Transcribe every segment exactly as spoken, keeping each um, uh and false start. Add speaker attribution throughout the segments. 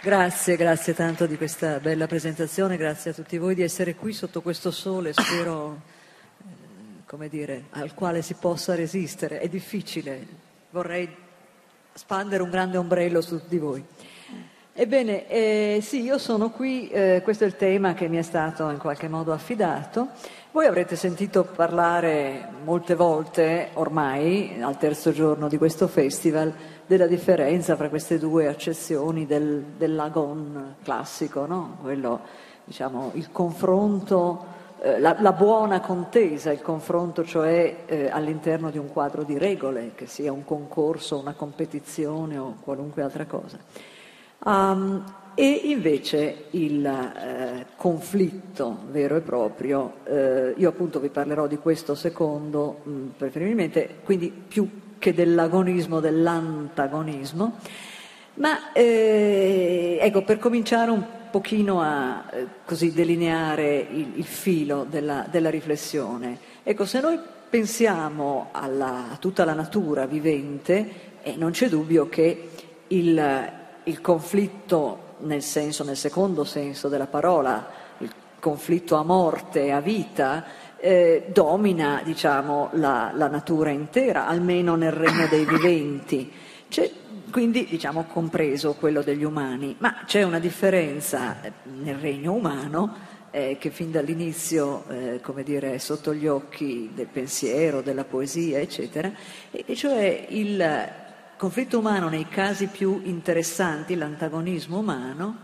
Speaker 1: Grazie, grazie tanto di questa bella presentazione, grazie a tutti voi di essere qui sotto questo sole, spero, eh, come dire, al quale si possa resistere. È difficile, vorrei spandere un grande ombrello su di voi. Ebbene, eh, sì, io sono qui, eh, questo è il tema che mi è stato in qualche modo affidato. Voi avrete sentito parlare molte volte, ormai, al terzo giorno di questo festival, della differenza fra queste due accezioni del, dell'agon classico, no? Quello, diciamo, il confronto, eh, la, la buona contesa, il confronto cioè eh, all'interno di un quadro di regole, che sia un concorso, una competizione o qualunque altra cosa. Um, e invece il eh, conflitto vero e proprio, eh, io appunto vi parlerò di questo secondo, mh, preferibilmente, quindi più che dell'agonismo, dell'antagonismo, ma eh, ecco, per cominciare un pochino a eh, così delineare il, il filo della, della riflessione. Ecco, se noi pensiamo alla, a tutta la natura vivente, eh, non c'è dubbio che il, il conflitto nel senso, nel secondo senso della parola, il conflitto a morte e a vita, eh, domina, diciamo, la, la natura intera, almeno nel regno dei viventi. C'è, quindi, diciamo, compreso quello degli umani. Ma c'è una differenza nel regno umano eh, che fin dall'inizio, eh, come dire, è sotto gli occhi del pensiero, della poesia, eccetera, e, e cioè il conflitto umano nei casi più interessanti, l'antagonismo umano,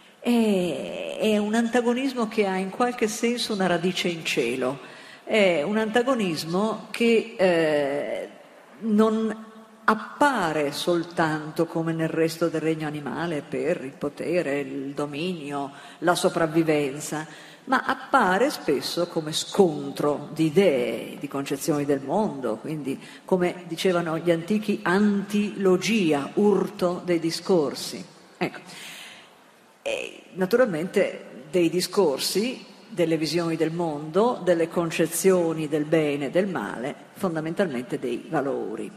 Speaker 1: è, è un antagonismo che ha in qualche senso una radice in cielo, è un antagonismo che eh, non appare soltanto come nel resto del regno animale per il potere, il dominio, la sopravvivenza, ma appare spesso come scontro di idee, di concezioni del mondo, quindi come dicevano gli antichi antilogia, urto dei discorsi. Ecco. E naturalmente dei discorsi, delle visioni del mondo, delle concezioni del bene e del male, fondamentalmente dei valori.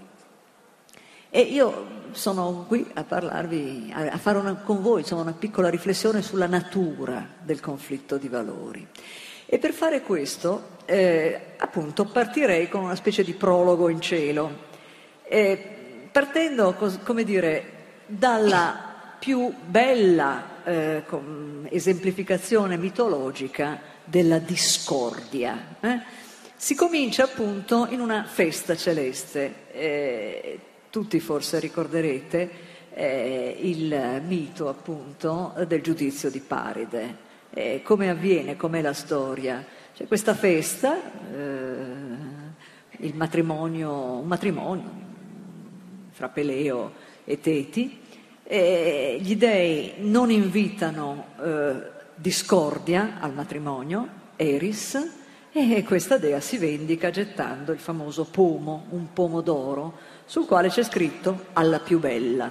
Speaker 1: E io sono qui a parlarvi, a fare una, con voi insomma, una piccola riflessione sulla natura del conflitto di valori. E per fare questo, eh, appunto, partirei con una specie di prologo in cielo, eh, partendo, cos- come dire, dalla più bella eh, com- esemplificazione mitologica della discordia. Eh? Si comincia appunto in una festa celeste. Eh, Tutti forse ricorderete eh, il mito appunto del giudizio di Paride. Eh, come avviene, com'è la storia? C'è questa festa, eh, il matrimonio, un matrimonio fra Peleo e Teti, e gli dei non invitano eh, discordia al matrimonio, Eris, e questa dea si vendica gettando il famoso pomo, un pomo d'oro, sul quale c'è scritto alla più bella.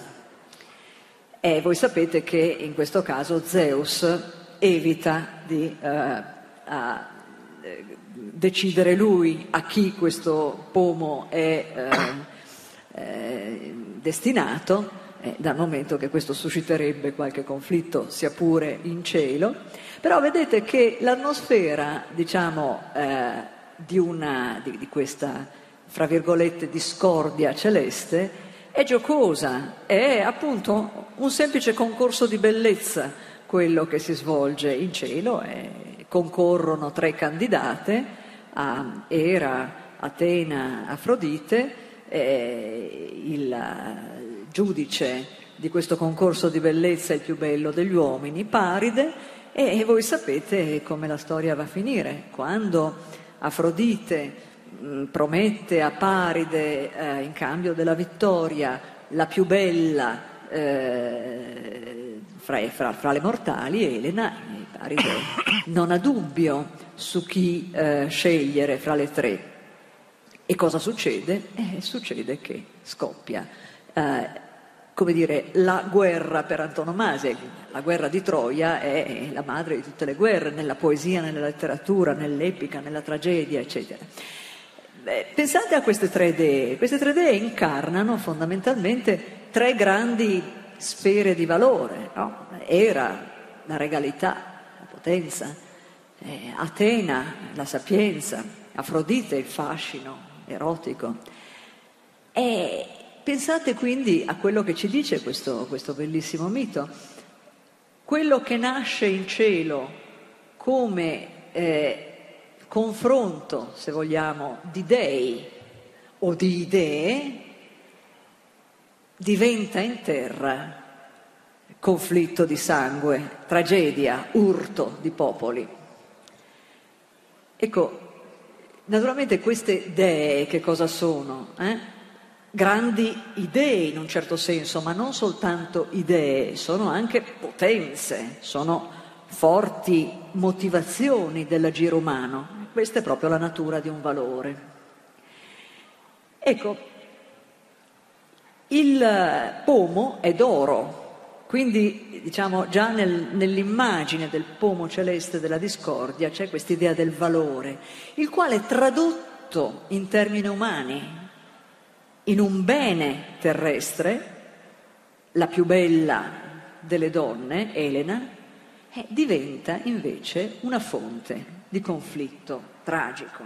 Speaker 1: E voi sapete che in questo caso Zeus evita di eh, a, eh, decidere lui a chi questo pomo è eh, eh, destinato, eh, dal momento che questo susciterebbe qualche conflitto, sia pure in cielo. Però vedete che l'atmosfera, diciamo, eh, di, una, di, di questa fra virgolette discordia celeste è giocosa, è appunto un semplice concorso di bellezza quello che si svolge in cielo. E concorrono tre candidate, a Era, Atena, Afrodite, e il giudice di questo concorso di bellezza è il più bello degli uomini, Paride, e voi sapete come la storia va a finire. Quando Afrodite promette a Paride eh, in cambio della vittoria la più bella eh, fra, fra, fra le mortali, Elena, Paride non ha dubbio su chi eh, scegliere fra le tre. E cosa succede? Eh, succede che scoppia eh, come dire, la guerra per antonomasia. La guerra di Troia è la madre di tutte le guerre, nella poesia, nella letteratura, nell'epica, nella tragedia, eccetera. Beh, pensate a queste tre dee. Queste tre dee incarnano fondamentalmente tre grandi sfere di valore, no? Era la regalità, la potenza, eh, Atena, la sapienza, Afrodite, il fascino erotico. E pensate quindi a quello che ci dice questo, questo bellissimo mito. Quello che nasce in cielo come eh, confronto, se vogliamo, di dei o di idee, diventa in terra conflitto di sangue, tragedia, urto di popoli. Ecco, naturalmente queste dee che cosa sono? Eh? Grandi idee in un certo senso, ma non soltanto idee, sono anche potenze, sono forti motivazioni dell'agire umano. Questa è proprio la natura di un valore. Ecco, il pomo è d'oro, quindi diciamo già nel, nell'immagine del pomo celeste della discordia c'è quest'idea del valore, il quale tradotto in termini umani, in un bene terrestre, la più bella delle donne, Elena, eh, diventa invece una fonte di conflitto tragico.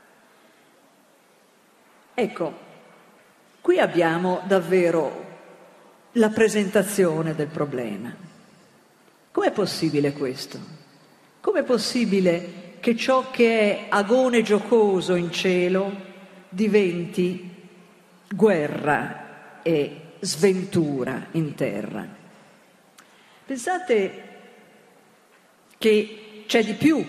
Speaker 1: Ecco, qui abbiamo davvero la presentazione del problema. Com'è possibile questo? Com'è possibile che ciò che è agone giocoso in cielo diventi guerra e sventura in terra? Pensate che c'è di più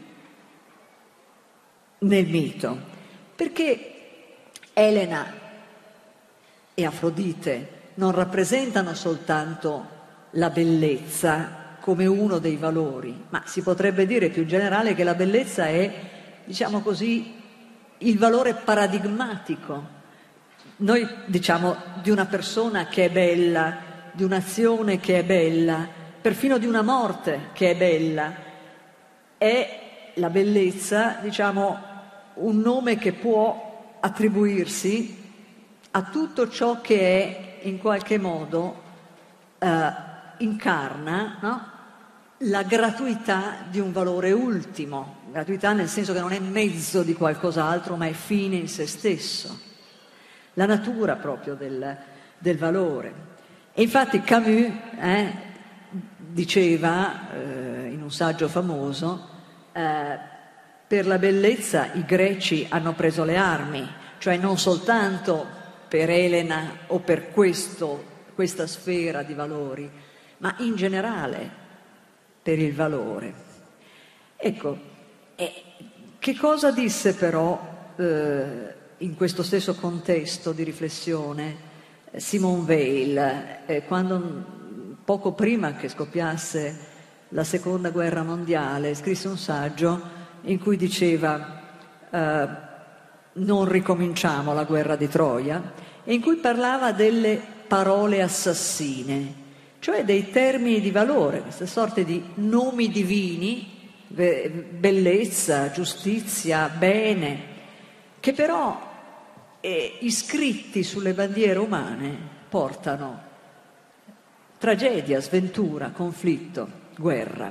Speaker 1: nel mito, perché Elena e Afrodite non rappresentano soltanto la bellezza come uno dei valori, ma si potrebbe dire più in generale che la bellezza è, diciamo così, il valore paradigmatico. Noi diciamo di una persona che è bella, di un'azione che è bella, perfino di una morte che è bella. È la bellezza, diciamo, un nome che può attribuirsi a tutto ciò che è in qualche modo eh, incarna, no? La gratuità di un valore ultimo, gratuità nel senso che non è mezzo di qualcos'altro ma è fine in se stesso, la natura proprio del, del valore. E infatti Camus eh, diceva eh, in un saggio famoso eh, per la bellezza i greci hanno preso le armi, cioè non soltanto per Elena o per questo, questa sfera di valori, ma in generale per il valore. Ecco, eh, che cosa disse però eh, in questo stesso contesto di riflessione eh, Simone Weil, eh, quando poco prima che scoppiasse la seconda guerra mondiale scrisse un saggio in cui diceva eh, non ricominciamo la guerra di Troia, e in cui parlava delle parole assassine, cioè dei termini di valore, queste sorte di nomi divini, bellezza, giustizia, bene, che però eh, iscritti sulle bandiere umane portano tragedia, sventura, conflitto, guerra.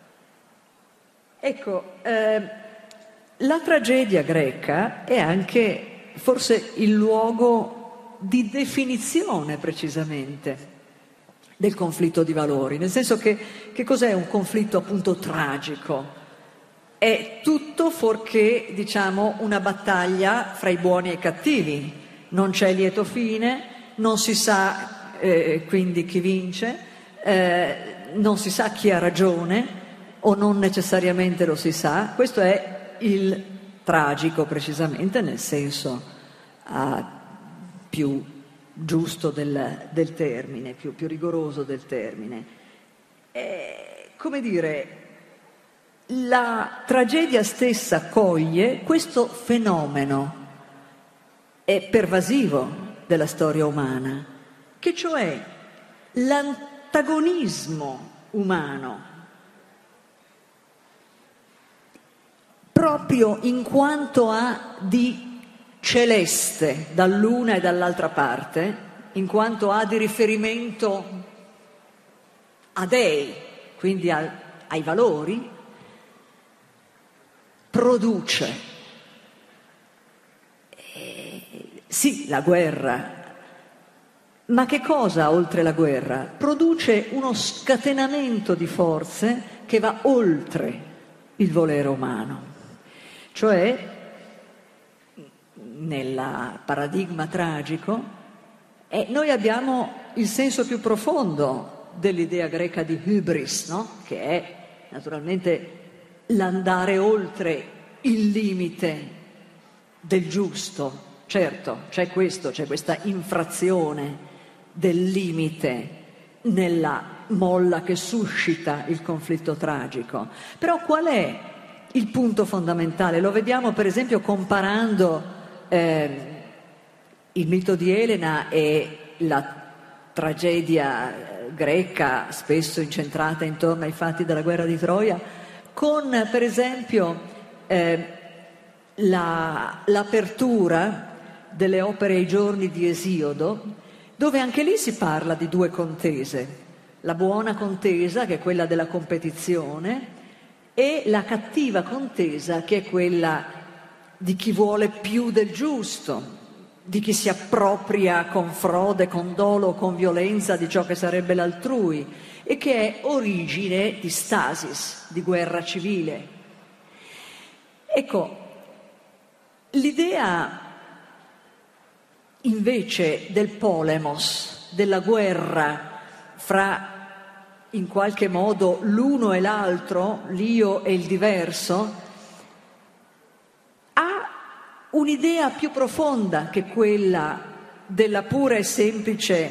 Speaker 1: Ecco, eh, la tragedia greca è anche forse il luogo di definizione precisamente del conflitto di valori, nel senso che che cos'è un conflitto appunto tragico? È tutto fuorché, diciamo, una battaglia fra i buoni e i cattivi, non c'è lieto fine, non si sa eh, quindi chi vince, eh, non si sa chi ha ragione o non necessariamente lo si sa. Questo è il tragico precisamente nel senso ah, più giusto del, del termine, più, più rigoroso del termine. Eh, come dire, la tragedia stessa coglie questo fenomeno è pervasivo della storia umana, che cioè l'antagonismo umano, proprio in quanto ha di celeste dall'una e dall'altra parte, in quanto ha di riferimento a dei, quindi al, ai valori, produce eh, sì la guerra, ma che cosa oltre la guerra? Produce uno scatenamento di forze che va oltre il volere umano, cioè nel paradigma tragico eh, noi abbiamo il senso più profondo dell'idea greca di hybris, no? Che è naturalmente l'andare oltre il limite del giusto. Certo, c'è questo, c'è questa infrazione del limite nella molla che suscita il conflitto tragico. Però qual è il punto fondamentale? Lo vediamo per esempio comparando eh, il mito di Elena e la tragedia greca, spesso incentrata intorno ai fatti della guerra di Troia, con per esempio eh, la, l'apertura delle opere ai giorni di Esiodo, dove anche lì si parla di due contese, la buona contesa che è quella della competizione e la cattiva contesa che è quella di chi vuole più del giusto, di chi si appropria con frode, con dolo, con violenza di ciò che sarebbe l'altrui e che è origine di stasis, di guerra civile. Ecco, l'idea invece del polemos, della guerra fra in qualche modo l'uno e l'altro, l'io e il diverso, ha un'idea più profonda che quella della pura e semplice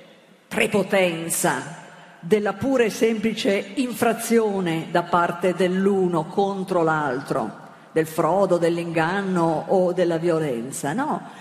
Speaker 1: prepotenza, della pura e semplice infrazione da parte dell'uno contro l'altro, del frodo, dell'inganno o della violenza, no?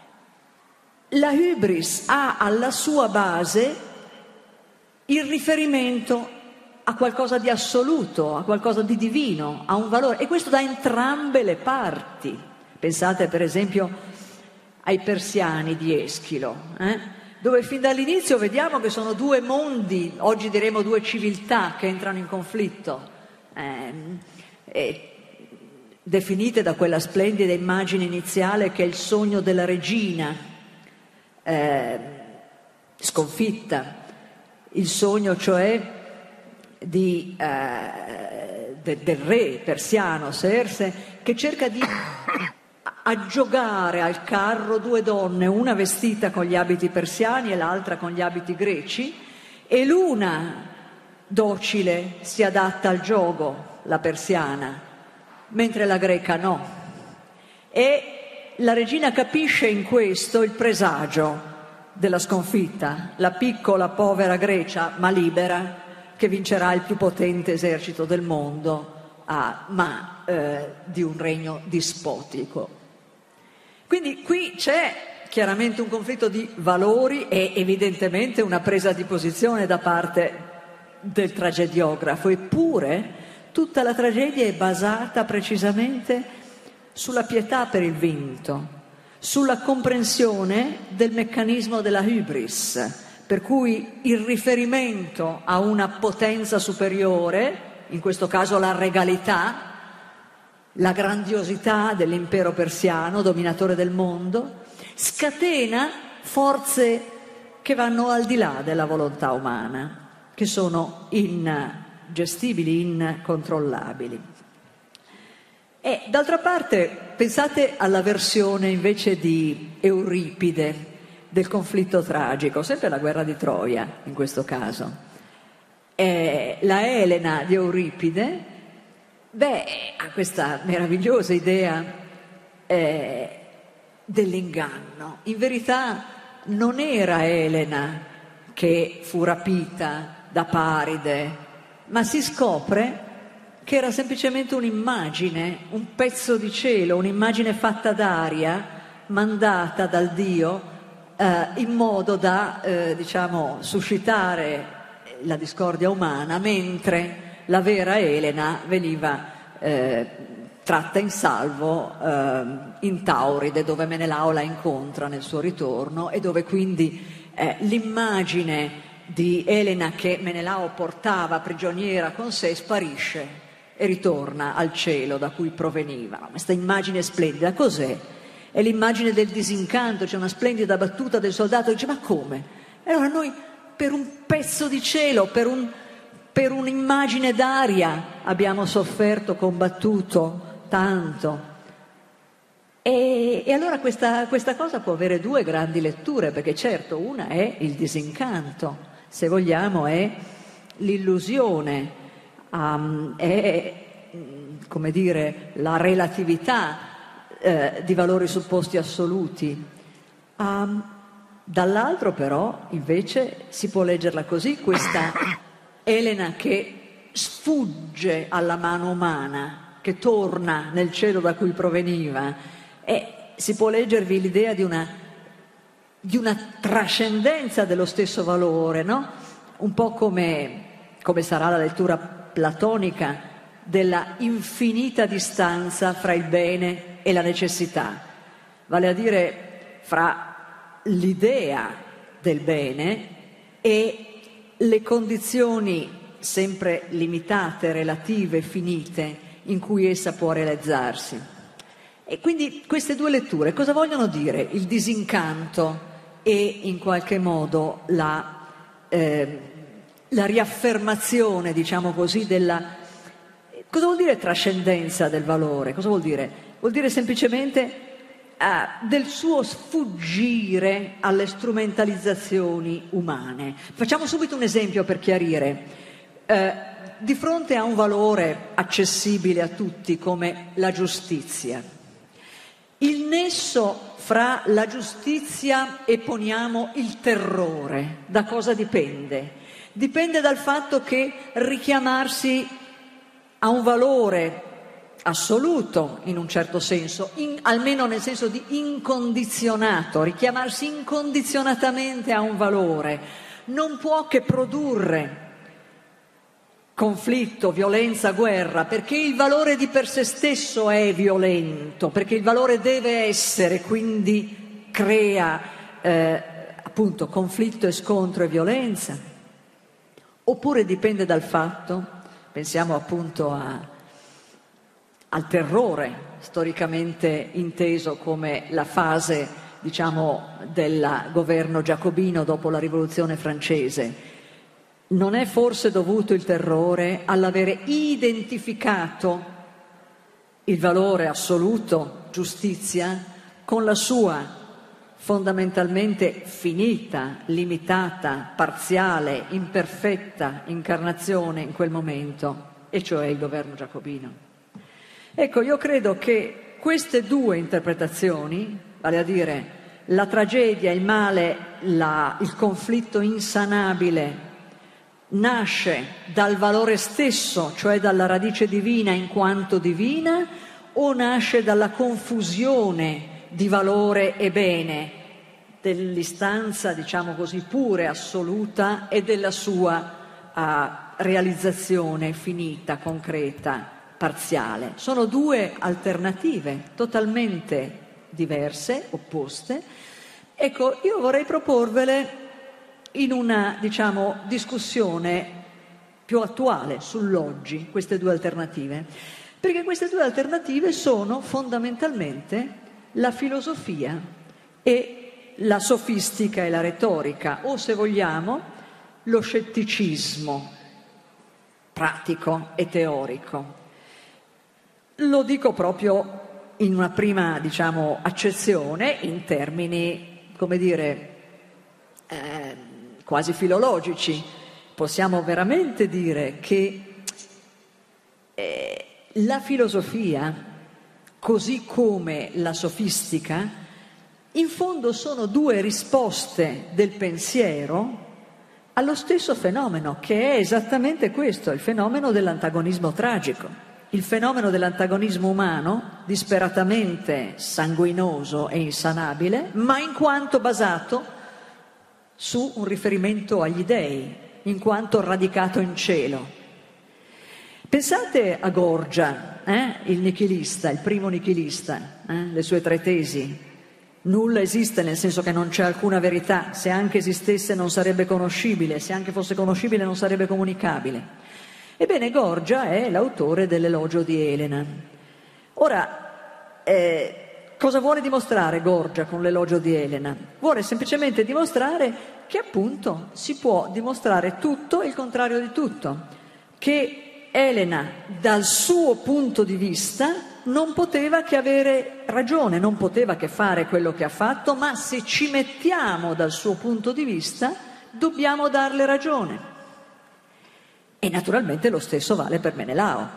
Speaker 1: La hybris ha alla sua base il riferimento a qualcosa di assoluto, a qualcosa di divino, a un valore, e questo da entrambe le parti. Pensate per esempio ai Persiani di Eschilo, eh? dove fin dall'inizio vediamo che sono due mondi, oggi diremo due civiltà che entrano in conflitto, eh, eh, definite da quella splendida immagine iniziale che è il sogno della regina, Eh, sconfitta, il sogno cioè di, eh, de, del re persiano Serse, che cerca di aggiogare al carro due donne, una vestita con gli abiti persiani e l'altra con gli abiti greci, e l'una docile si adatta al giogo, la persiana, mentre la greca no. E la regina capisce in questo il presagio della sconfitta, la piccola povera Grecia, ma libera, che vincerà il più potente esercito del mondo, ah, ma eh, di un regno dispotico. Quindi qui c'è chiaramente un conflitto di valori e evidentemente una presa di posizione da parte del tragediografo, eppure tutta la tragedia è basata precisamente sulla pietà per il vinto, sulla comprensione del meccanismo della hybris, per cui il riferimento a una potenza superiore, in questo caso la regalità, la grandiosità dell'impero persiano, dominatore del mondo, scatena forze che vanno al di là della volontà umana, che sono ingestibili, incontrollabili. E d'altra parte pensate alla versione invece di Euripide del conflitto tragico, sempre la guerra di Troia in questo caso. E la Elena di Euripide, beh, ha questa meravigliosa idea eh, dell'inganno. In verità non era Elena che fu rapita da Paride, ma si scopre che era semplicemente un'immagine, un pezzo di cielo, un'immagine fatta d'aria, mandata dal Dio eh, in modo da, eh, diciamo, suscitare la discordia umana, mentre la vera Elena veniva eh, tratta in salvo eh, in Tauride, dove Menelao la incontra nel suo ritorno e dove quindi eh, l'immagine di Elena che Menelao portava prigioniera con sé sparisce e ritorna al cielo da cui proveniva. Questa immagine splendida, cos'è? È l'immagine del disincanto, c'è una splendida battuta del soldato che dice: ma come? E allora noi per un pezzo di cielo, per, un, per un'immagine d'aria abbiamo sofferto, combattuto tanto. E, e allora questa, questa cosa può avere due grandi letture, perché certo una è il disincanto, se vogliamo è l'illusione, um, è come dire la relatività eh, di valori supposti assoluti. Um, dall'altro però invece si può leggerla così, questa Elena che sfugge alla mano umana, che torna nel cielo da cui proveniva. E si può leggervi l'idea di una, di una trascendenza dello stesso valore, no? Un po' come, come sarà la lettura platonica della infinita distanza fra il bene e la necessità, vale a dire fra l'idea del bene e le condizioni sempre limitate, relative, finite, in cui essa può realizzarsi. E quindi queste due letture cosa vogliono dire? Il disincanto e in qualche modo la, eh, la riaffermazione, diciamo così, della... Cosa vuol dire trascendenza del valore? Cosa vuol dire? Vuol dire semplicemente eh, del suo sfuggire alle strumentalizzazioni umane. Facciamo subito un esempio per chiarire. Eh, di fronte a un valore accessibile a tutti come la giustizia, il nesso fra la giustizia e poniamo il terrore, da cosa dipende? Dipende dal fatto che richiamarsi a un valore assoluto, in un certo senso, in, almeno nel senso di incondizionato, richiamarsi incondizionatamente a un valore, non può che produrre conflitto, violenza, guerra, perché il valore di per sé stesso è violento, perché il valore deve essere, quindi crea eh, appunto conflitto e scontro e violenza. Oppure dipende dal fatto, pensiamo appunto a, al terrore, storicamente inteso come la fase, diciamo, del governo giacobino dopo la rivoluzione francese. Non è forse dovuto il terrore all'avere identificato il valore assoluto, giustizia, con la sua fondamentalmente finita, limitata, parziale, imperfetta incarnazione in quel momento, e cioè il governo giacobino? Ecco, io credo che queste due interpretazioni, vale a dire la tragedia, il male, la, il conflitto insanabile, nasce dal valore stesso, cioè dalla radice divina in quanto divina, o nasce dalla confusione di valore e bene, dell'istanza, diciamo così, pure, assoluta, e della sua uh, realizzazione finita, concreta, parziale. Sono due alternative totalmente diverse, opposte. Ecco, io vorrei proporvele in una, diciamo, discussione più attuale sull'oggi, queste due alternative, perché queste due alternative sono fondamentalmente la filosofia e la sofistica e la retorica, o se vogliamo lo scetticismo pratico e teorico. Lo dico proprio in una prima, diciamo, accezione, in termini, come dire, eh, quasi filologici. Possiamo veramente dire che eh, la filosofia, così come la sofistica, in fondo sono due risposte del pensiero allo stesso fenomeno, che è esattamente questo, il fenomeno dell'antagonismo tragico, il fenomeno dell'antagonismo umano, disperatamente sanguinoso e insanabile, ma in quanto basato su un riferimento agli dèi, in quanto radicato in cielo. Pensate a Gorgia, eh? il nichilista, il primo nichilista, eh? le sue tre tesi. Nulla esiste, nel senso che non c'è alcuna verità, se anche esistesse non sarebbe conoscibile, se anche fosse conoscibile non sarebbe comunicabile. Ebbene, Gorgia è l'autore dell'Elogio di Elena. Ora, eh, cosa vuole dimostrare Gorgia con l'Elogio di Elena? Vuole semplicemente dimostrare che appunto si può dimostrare tutto e il contrario di tutto, che Elena dal suo punto di vista non poteva che avere ragione, non poteva che fare quello che ha fatto, ma se ci mettiamo dal suo punto di vista dobbiamo darle ragione. E naturalmente lo stesso vale per Menelao.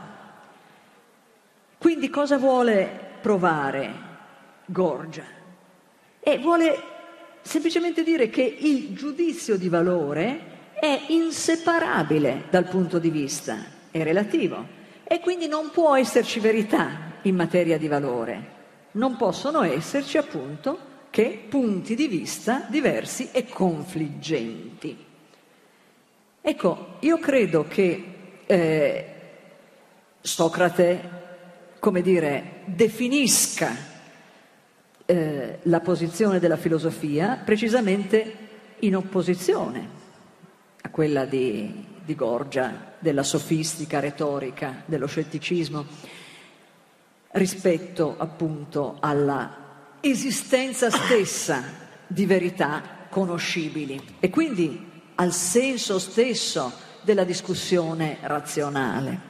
Speaker 1: Quindi cosa vuole provare Gorgia? E vuole semplicemente dire che il giudizio di valore è inseparabile dal punto di vista, è relativo, e quindi non può esserci verità in materia di valore. Non possono esserci appunto che punti di vista diversi e confliggenti. Ecco, io credo che eh, Socrate, come dire, definisca Eh, la posizione della filosofia precisamente in opposizione a quella di, di Gorgia, della sofistica retorica, dello scetticismo, rispetto appunto alla esistenza stessa di verità conoscibili e quindi al senso stesso della discussione razionale.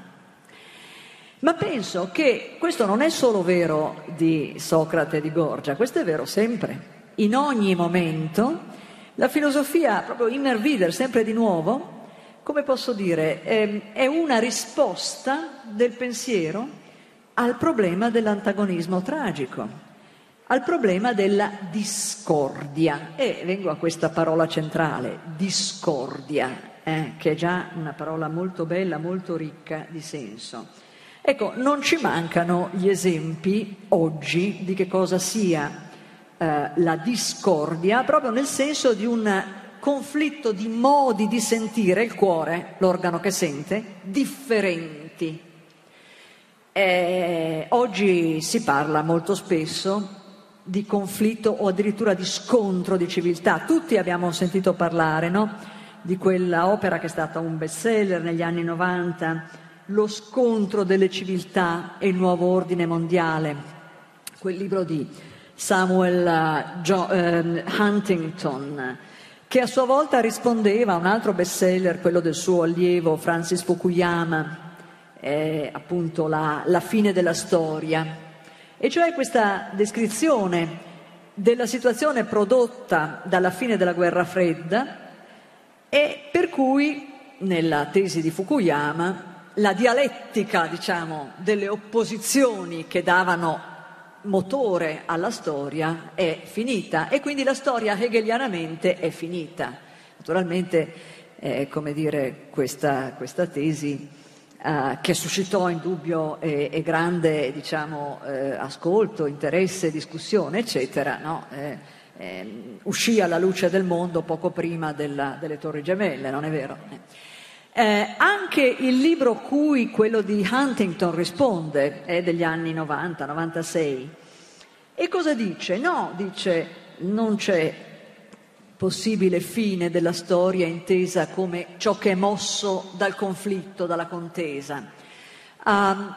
Speaker 1: Ma penso che questo non è solo vero di Socrate e di Gorgia, questo è vero sempre. In ogni momento la filosofia, proprio inner wieder, sempre di nuovo, come posso dire, è, è una risposta del pensiero al problema dell'antagonismo tragico, al problema della discordia. E vengo a questa parola centrale, discordia, eh, che è già una parola molto bella, molto ricca di senso. Ecco, non ci mancano gli esempi oggi di che cosa sia eh, la discordia, proprio nel senso di un conflitto di modi di sentire il cuore, l'organo che sente, differenti. Eh, oggi si parla molto spesso di conflitto o addirittura di scontro di civiltà. Tutti abbiamo sentito parlare, no? Di quella opera che è stata un bestseller negli anni novanta, Lo scontro delle civiltà e il nuovo ordine mondiale, quel libro di Samuel uh, jo- uh, Huntington, che a sua volta rispondeva a un altro bestseller, quello del suo allievo Francis Fukuyama, eh, appunto la, la fine della storia, e cioè questa descrizione della situazione prodotta dalla fine della guerra fredda e per cui nella tesi di Fukuyama la dialettica, diciamo, delle opposizioni che davano motore alla storia è finita e quindi la storia hegelianamente è finita. Naturalmente, eh, come dire, questa, questa tesi eh, che suscitò indubbio e, e grande, diciamo, eh, ascolto, interesse, discussione, eccetera, no? eh, eh, uscì alla luce del mondo poco prima della, delle Torri Gemelle, non è vero? Eh, anche il libro cui quello di Huntington risponde è degli anni novanta novantasei. E cosa dice? No, dice, non c'è possibile fine della storia intesa come ciò che è mosso dal conflitto, dalla contesa. Um,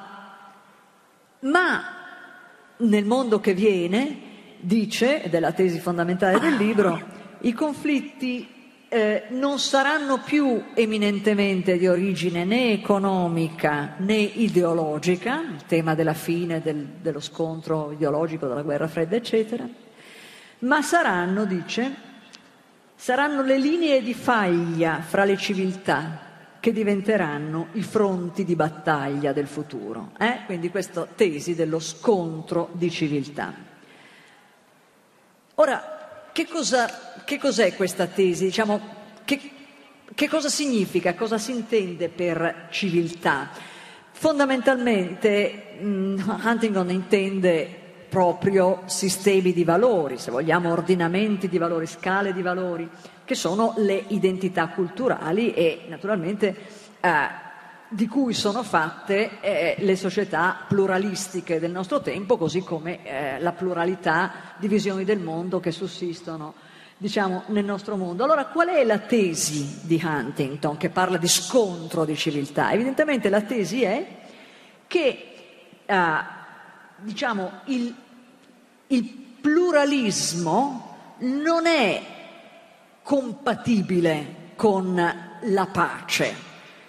Speaker 1: ma nel mondo che viene, dice, ed è la tesi fondamentale del libro, i conflitti Eh, non saranno più eminentemente di origine né economica né ideologica, il tema della fine del, dello scontro ideologico, della guerra fredda, eccetera, ma saranno, dice, saranno le linee di faglia fra le civiltà che diventeranno i fronti di battaglia del futuro. Eh? Quindi questa tesi dello scontro di civiltà. Ora, Che, cosa, che cos'è questa tesi? Diciamo, che, che cosa significa? Cosa si intende per civiltà? Fondamentalmente mh, Huntington intende proprio sistemi di valori, se vogliamo ordinamenti di valori, scale di valori, che sono le identità culturali e naturalmente eh, di cui sono fatte eh, le società pluralistiche del nostro tempo, così come eh, la pluralità di visioni del mondo che sussistono, diciamo, nel nostro mondo. Allora, qual è la tesi di Huntington che parla di scontro di civiltà? Evidentemente la tesi è che eh, diciamo, il, il pluralismo non è compatibile con la pace.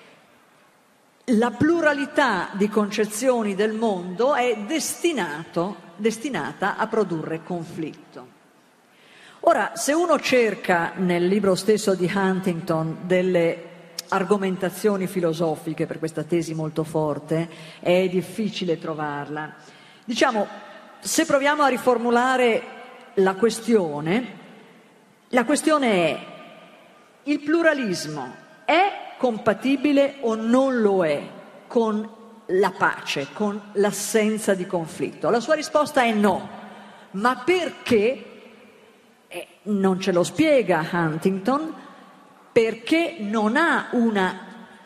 Speaker 1: La pluralità di concezioni del mondo è destinato, destinata a produrre conflitto. Ora, se uno cerca nel libro stesso di Huntington delle argomentazioni filosofiche per questa tesi molto forte, è difficile trovarla. Diciamo, se proviamo a riformulare la questione, la questione è: il pluralismo è compatibile o non lo è con la pace, con l'assenza di conflitto? La sua risposta è no. Ma perché? Eh, non ce lo spiega Huntington, perché non ha una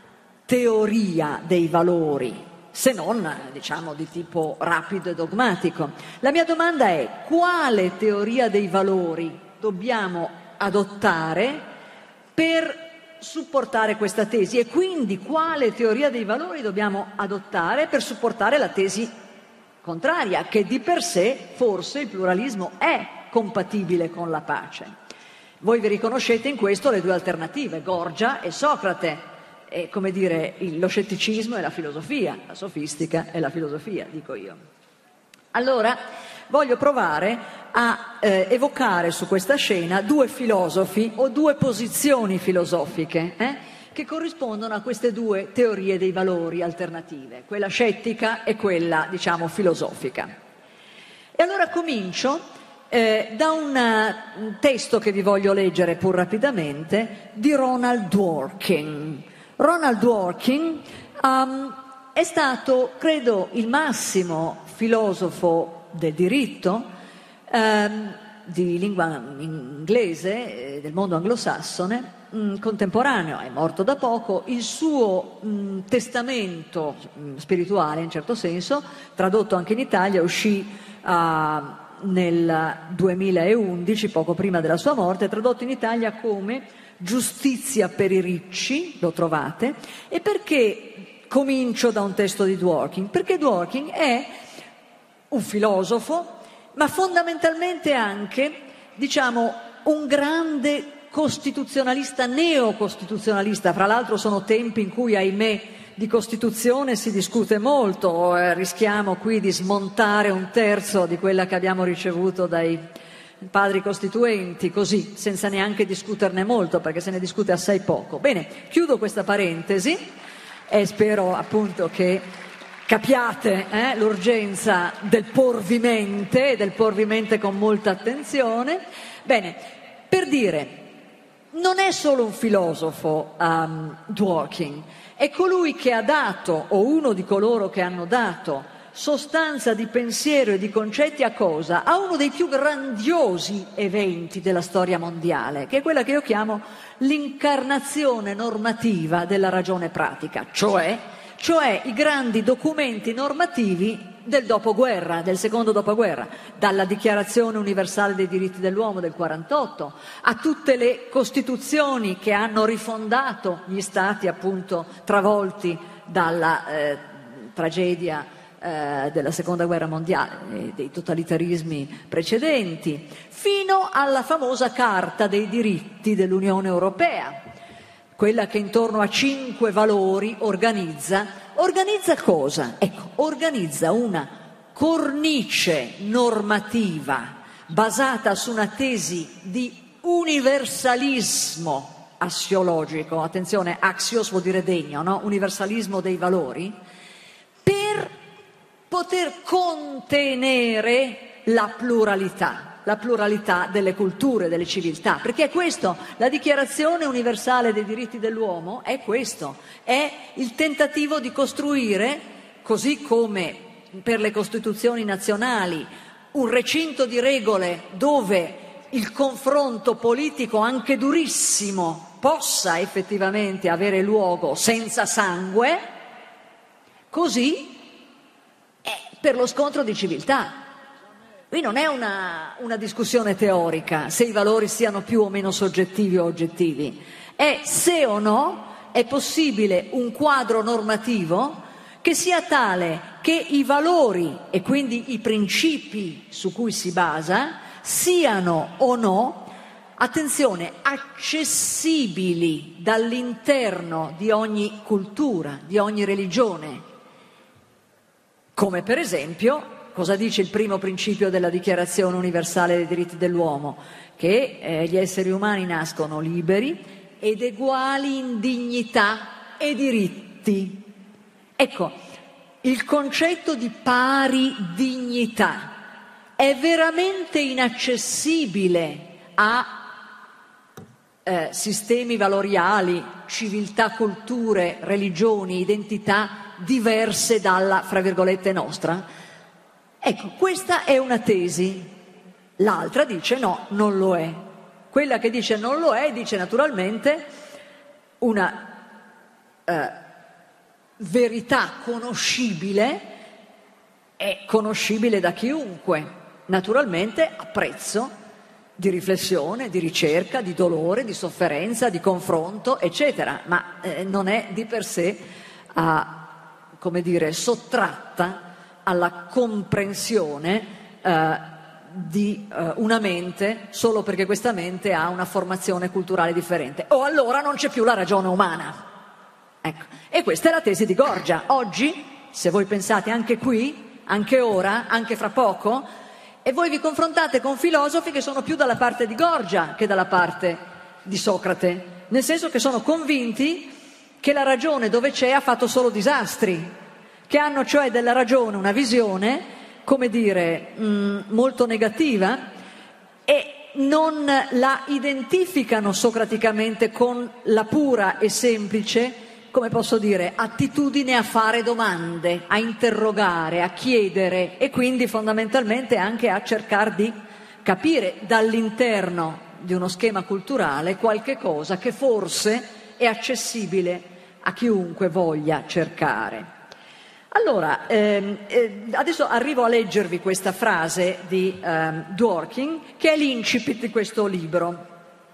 Speaker 1: teoria dei valori, se non, diciamo, di tipo rapido e dogmatico. La mia domanda è: quale teoria dei valori dobbiamo adottare per supportare questa tesi, e quindi quale teoria dei valori dobbiamo adottare per supportare la tesi contraria, che di per sé forse il pluralismo è compatibile con la pace? Voi vi riconoscete in questo le due alternative, Gorgia e Socrate, e, come dire, il, lo scetticismo e la filosofia, la sofistica e la filosofia, dico io. Allora, voglio provare a eh, evocare su questa scena due filosofi o due posizioni filosofiche eh, che corrispondono a queste due teorie dei valori alternative, quella scettica e quella, diciamo, filosofica. E allora comincio eh, da un, un testo che vi voglio leggere pur rapidamente, di Ronald Dworkin. Ronald Dworkin um, è stato, credo, il massimo filosofo del diritto, ehm, di lingua inglese, eh, del mondo anglosassone, mh, contemporaneo, è morto da poco. Il suo mh, testamento mh, spirituale, in certo senso, tradotto anche in Italia, uscì uh, nel duemilaundici, poco prima della sua morte, tradotto in Italia come Giustizia per i ricci, lo trovate. E perché comincio da un testo di Dworkin? Perché Dworkin è un filosofo, ma fondamentalmente anche, diciamo, un grande costituzionalista, neocostituzionalista. Fra l'altro sono tempi in cui, ahimè, di Costituzione si discute molto, eh, rischiamo qui di smontare un terzo di quella che abbiamo ricevuto dai padri costituenti, così, senza neanche discuterne molto, perché se ne discute assai poco. Bene, chiudo questa parentesi e spero appunto che capiate eh, l'urgenza del porvi mente, del porvi mente con molta attenzione. Bene, per dire, non è solo un filosofo um, Dworkin, è colui che ha dato, o uno di coloro che hanno dato, sostanza di pensiero e di concetti a cosa? A uno dei più grandiosi eventi della storia mondiale, che è quella che io chiamo l'incarnazione normativa della ragione pratica, cioè, cioè i grandi documenti normativi del dopoguerra, del secondo dopoguerra, dalla Dichiarazione Universale dei Diritti dell'Uomo del quarantotto a tutte le costituzioni che hanno rifondato gli stati appunto travolti dalla eh, tragedia eh, della seconda guerra mondiale e dei totalitarismi precedenti, fino alla famosa Carta dei diritti dell'Unione Europea, quella che intorno a cinque valori organizza Organizza cosa? Ecco, organizza una cornice normativa basata su una tesi di universalismo assiologico, attenzione, axios vuol dire degno, no? Universalismo dei valori, per poter contenere la pluralità. la pluralità delle culture, delle civiltà, perché è questo, la Dichiarazione Universale dei Diritti dell'Uomo è questo, è il tentativo di costruire, così come per le Costituzioni nazionali, un recinto di regole dove il confronto politico, anche durissimo, possa effettivamente avere luogo senza sangue, Così è per lo scontro di civiltà. Qui non è una, una discussione teorica se i valori siano più o meno soggettivi o oggettivi, è se o no è possibile un quadro normativo che sia tale che i valori e quindi i principi su cui si basa siano o no, attenzione, accessibili dall'interno di ogni cultura, di ogni religione, come per esempio, cosa dice il primo principio della Dichiarazione universale dei diritti dell'uomo? Che eh, gli esseri umani nascono liberi ed eguali in dignità e diritti. Ecco, il concetto di pari dignità è veramente inaccessibile a eh, sistemi valoriali, civiltà, culture, religioni, identità diverse dalla, fra virgolette, nostra? Ecco, questa è una tesi. L'altra dice no, non lo è. Quella che dice non lo è dice naturalmente una eh, verità conoscibile, è conoscibile da chiunque, naturalmente a prezzo di riflessione, di ricerca, di dolore, di sofferenza, di confronto, eccetera, ma eh, non è di per sé, ah, come dire, sottratta alla comprensione eh, di eh, una mente solo perché questa mente ha una formazione culturale differente. O allora non c'è più la ragione umana. Ecco. E questa è la tesi di Gorgia. Oggi, se voi pensate anche qui, anche ora, anche fra poco, e voi vi confrontate con filosofi che sono più dalla parte di Gorgia che dalla parte di Socrate, nel senso che sono convinti che la ragione dove c'è ha fatto solo disastri, che hanno cioè della ragione una visione, come dire, mh, molto negativa e non la identificano socraticamente con la pura e semplice, come posso dire, attitudine a fare domande, a interrogare, a chiedere e quindi fondamentalmente anche a cercare di capire dall'interno di uno schema culturale qualche cosa che forse è accessibile a chiunque voglia cercare. Allora, ehm, eh, adesso arrivo a leggervi questa frase di ehm, Dworkin, che è l'incipit di questo libro.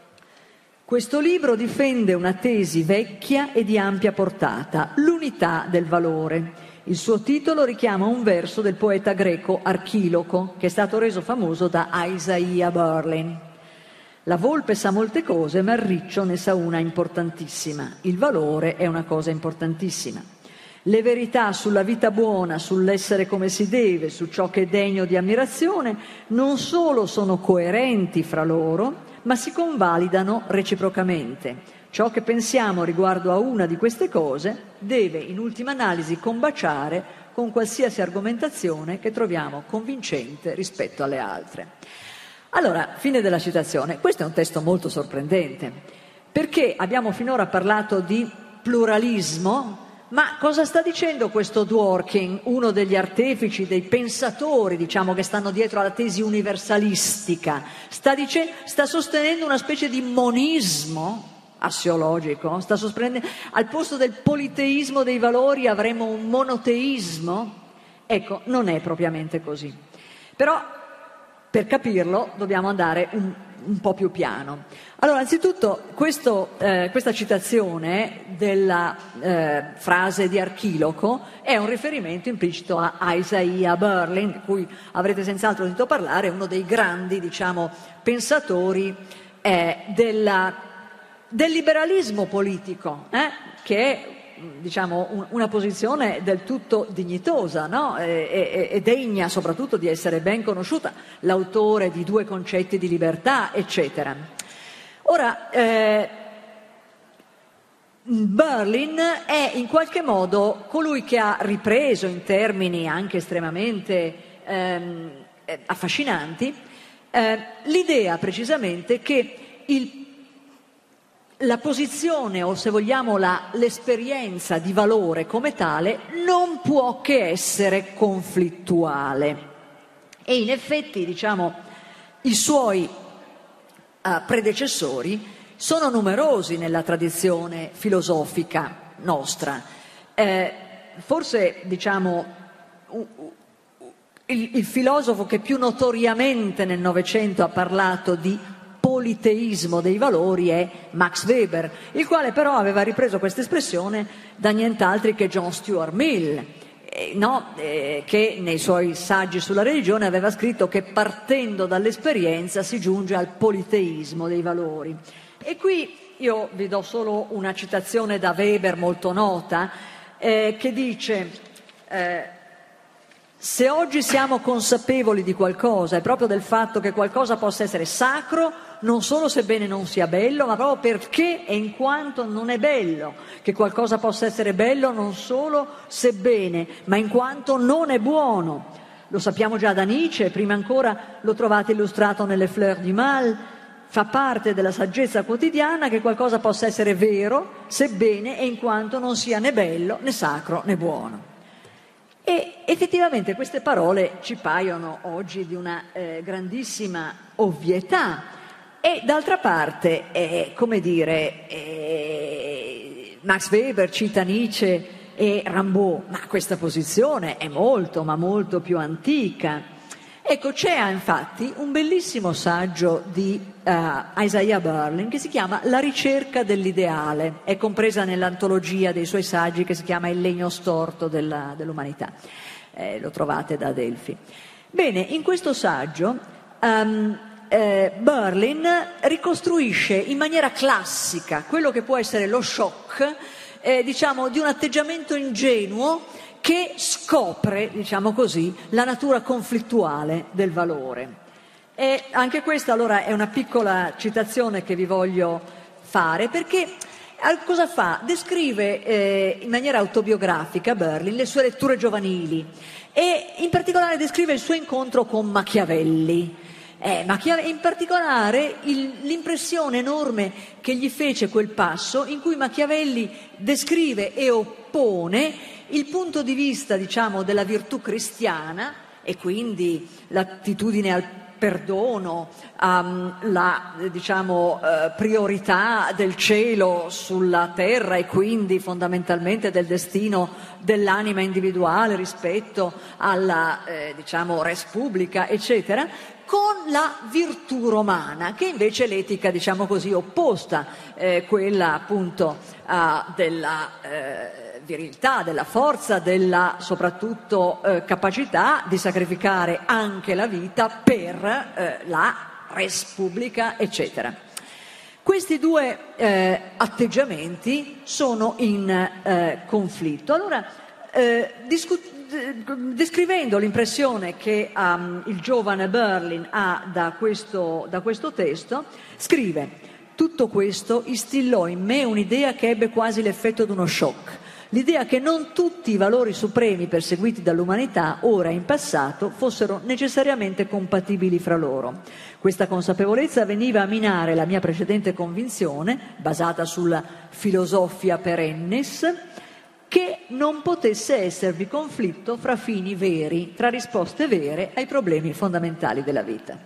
Speaker 1: Questo libro difende una tesi vecchia e di ampia portata, l'unità del valore. Il suo titolo richiama un verso del poeta greco Archiloco, che è stato reso famoso da Isaiah Berlin. La volpe sa molte cose, ma il riccio ne sa una importantissima. Il valore è una cosa importantissima. Le verità sulla vita buona, sull'essere come si deve, su ciò che è degno di ammirazione, non solo sono coerenti fra loro, ma si convalidano reciprocamente. Ciò che pensiamo riguardo a una di queste cose deve, in ultima analisi, combaciare con qualsiasi argomentazione che troviamo convincente rispetto alle altre. Allora, fine della citazione. Questo è un testo molto sorprendente, perché abbiamo finora parlato di pluralismo. Ma cosa sta dicendo questo Dworkin, uno degli artefici, dei pensatori, diciamo, che stanno dietro alla tesi universalistica? Sta, dice, sta sostenendo una specie di monismo assiologico? Sta sostenendo, al posto del politeismo dei valori avremo un monoteismo? Ecco, non è propriamente così. Però, per capirlo, dobbiamo andare un un po' più piano. Allora, anzitutto, questo, eh, questa citazione della eh, frase di Archiloco è un riferimento implicito a Isaiah Berlin, di cui avrete senz'altro sentito parlare, uno dei grandi, diciamo, pensatori eh, della, del liberalismo politico, eh, che è, diciamo, un, una posizione del tutto dignitosa, no? e, e, e degna soprattutto di essere ben conosciuta, l'autore di Due concetti di libertà, eccetera. Ora, eh, Berlin è in qualche modo colui che ha ripreso in termini anche estremamente ehm, affascinanti eh, l'idea precisamente che il la posizione, o se vogliamo la, l'esperienza di valore come tale, non può che essere conflittuale. E in effetti, diciamo, i suoi uh, predecessori sono numerosi nella tradizione filosofica nostra. Eh, forse diciamo il, il filosofo che più notoriamente nel Novecento ha parlato di politeismo dei valori è Max Weber, il quale però aveva ripreso questa espressione da nient'altri che John Stuart Mill, eh, no? eh, che nei suoi saggi sulla religione aveva scritto che partendo dall'esperienza si giunge al politeismo dei valori. E qui io vi do solo una citazione da Weber molto nota, eh, che dice eh, se oggi siamo consapevoli di qualcosa, è proprio del fatto che qualcosa possa essere sacro, non solo sebbene non sia bello, ma proprio perché e in quanto non è bello, che qualcosa possa essere bello non solo sebbene, ma in quanto non è buono. Lo sappiamo già da Nietzsche, prima ancora lo trovate illustrato nelle Fleurs du Mal. Fa parte della saggezza quotidiana che qualcosa possa essere vero, sebbene e in quanto non sia né bello, né sacro, né buono. E effettivamente queste parole ci paiono oggi di una eh, grandissima ovvietà e d'altra parte, eh, come dire, eh, Max Weber cita Nietzsche e Rimbaud, ma questa posizione è molto, ma molto più antica. Ecco, c'è infatti un bellissimo saggio di uh, Isaiah Berlin che si chiama La ricerca dell'ideale, è compresa nell'antologia dei suoi saggi che si chiama Il legno storto della, dell'umanità, eh, lo trovate da Adelphi. Bene, in questo saggio um, eh, Berlin ricostruisce in maniera classica quello che può essere lo shock, eh, diciamo, di un atteggiamento ingenuo che scopre, diciamo così, la natura conflittuale del valore. E anche questa allora è una piccola citazione che vi voglio fare, perché cosa fa? Descrive eh, in maniera autobiografica Berlin le sue letture giovanili e in particolare descrive il suo incontro con Machiavelli. Eh, Machiavelli, in particolare il, l'impressione enorme che gli fece quel passo in cui Machiavelli descrive e oppone il punto di vista, diciamo, della virtù cristiana e quindi l'attitudine al perdono, um, la diciamo, uh, priorità del cielo sulla terra e quindi fondamentalmente del destino dell'anima individuale rispetto alla eh, diciamo, res publica, eccetera, con la virtù romana, che invece è l'etica, diciamo così, opposta, eh, quella appunto uh, della eh, virilità, della forza, della soprattutto eh, capacità di sacrificare anche la vita per eh, la res publica, eccetera. Questi due eh, atteggiamenti sono in eh, conflitto. Allora, eh, discut- descrivendo l'impressione che um, il giovane Berlin ha da questo, da questo testo, scrive: tutto questo instillò in me un'idea che ebbe quasi l'effetto di uno shock. L'idea che non tutti i valori supremi perseguiti dall'umanità, ora e in passato, fossero necessariamente compatibili fra loro. Questa consapevolezza veniva a minare la mia precedente convinzione, basata sulla filosofia perennis, che non potesse esservi conflitto fra fini veri, tra risposte vere ai problemi fondamentali della vita.